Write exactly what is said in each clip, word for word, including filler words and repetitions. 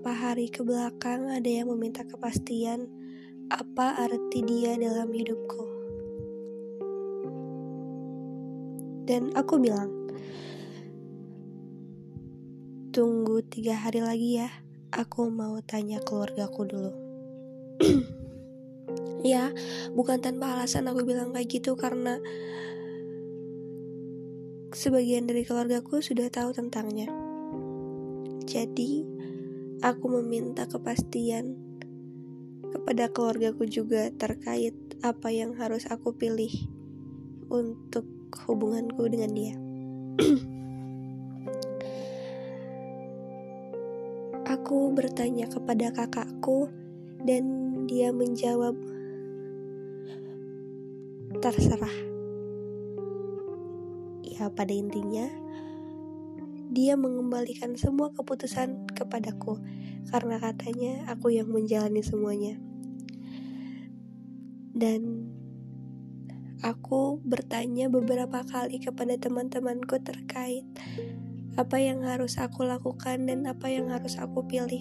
beberapa hari ke belakang ada yang meminta kepastian apa arti dia dalam hidupku. Dan aku bilang, tunggu tiga hari lagi ya, aku mau tanya keluargaku dulu. Ya, bukan tanpa alasan aku bilang kayak gitu, karena sebagian dari keluargaku sudah tahu tentangnya. Jadi, aku meminta kepastian kepada keluargaku juga terkait apa yang harus aku pilih untuk hubunganku dengan dia. Aku bertanya kepada kakakku dan dia menjawab, terserah. Ya, pada intinya dia mengembalikan semua keputusan kepadaku karena katanya aku yang menjalani semuanya. Dan aku bertanya beberapa kali kepada teman-temanku terkait apa yang harus aku lakukan dan apa yang harus aku pilih.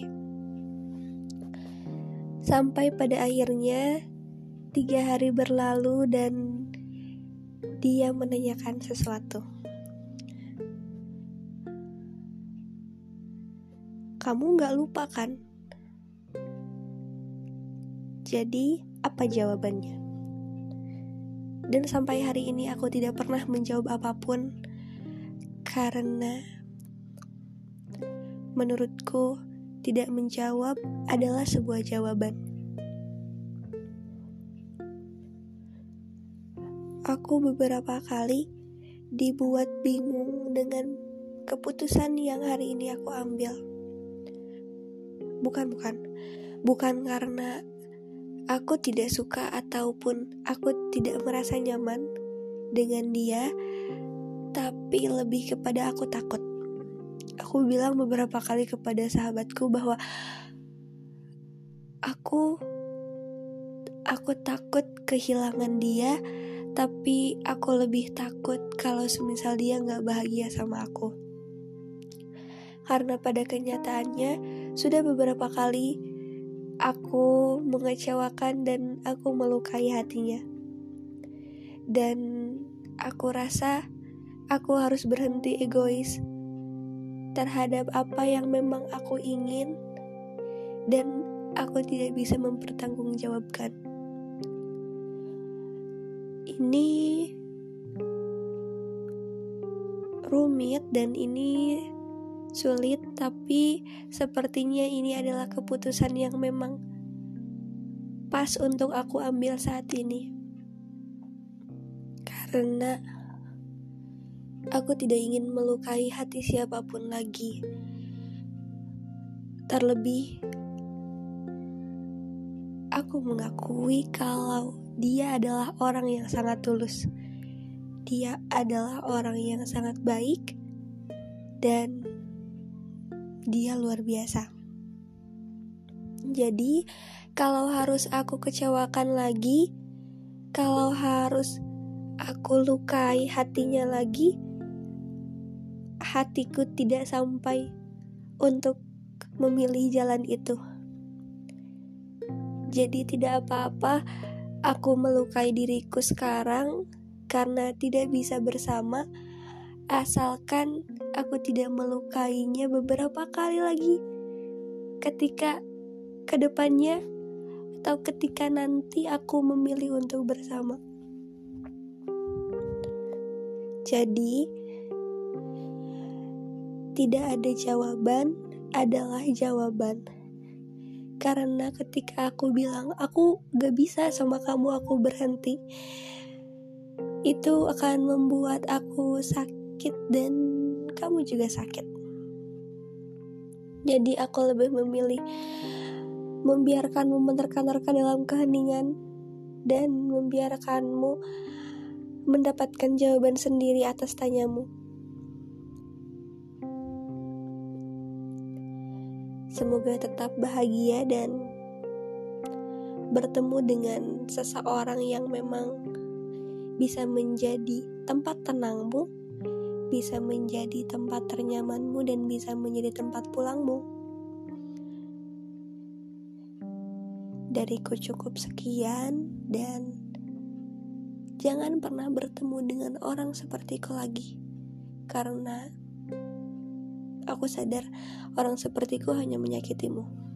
Sampai pada akhirnya tiga hari berlalu dan dia menanyakan sesuatu. Kamu gak lupa kan? Jadi apa jawabannya? Dan sampai hari ini aku tidak pernah menjawab apapun, karena menurutku tidak menjawab adalah sebuah jawaban. Aku beberapa kali dibuat bingung dengan keputusan yang hari ini aku ambil. Bukan, bukan. Bukan karena aku tidak suka ataupun aku tidak merasa nyaman dengan dia, tapi lebih kepada aku takut. Aku bilang beberapa kali kepada sahabatku bahwa aku aku takut kehilangan dia, tapi aku lebih takut kalau semisal dia gak bahagia sama aku. Karena pada kenyataannya sudah beberapa kali aku mengecewakan dan aku melukai hatinya. Dan aku rasa aku harus berhenti egois terhadap apa yang memang aku ingin dan aku tidak bisa mempertanggungjawabkan. Ini rumit dan ini sulit, tapi sepertinya ini adalah keputusan yang memang pas untuk aku ambil saat ini. Karena aku tidak ingin melukai hati siapapun lagi. Terlebih, aku mengakui kalau dia adalah orang yang sangat tulus. Dia adalah orang yang sangat baik dan dia luar biasa. Jadi, kalau harus aku kecewakan lagi, kalau harus aku lukai hatinya lagi, hatiku tidak sampai untuk memilih jalan itu. Jadi tidak apa-apa aku melukai diriku sekarang karena tidak bisa bersama, asalkan aku tidak melukainya beberapa kali lagi ketika kedepannya atau ketika nanti aku memilih untuk bersama. Jadi tidak ada jawaban adalah jawaban. Karena ketika aku bilang aku gak bisa sama kamu, aku berhenti, itu akan membuat aku sakit dan kamu juga sakit. Jadi aku lebih memilih membiarkanmu menerka-nerka dalam keheningan dan membiarkanmu mendapatkan jawaban sendiri atas tanyamu. Semoga tetap bahagia dan bertemu dengan seseorang yang memang bisa menjadi tempat tenangmu, bisa menjadi tempat ternyamanmu, dan bisa menjadi tempat pulangmu. Dariku cukup sekian, dan jangan pernah bertemu dengan orang sepertiku lagi. Karena aku sadar orang sepertiku hanya menyakitimu.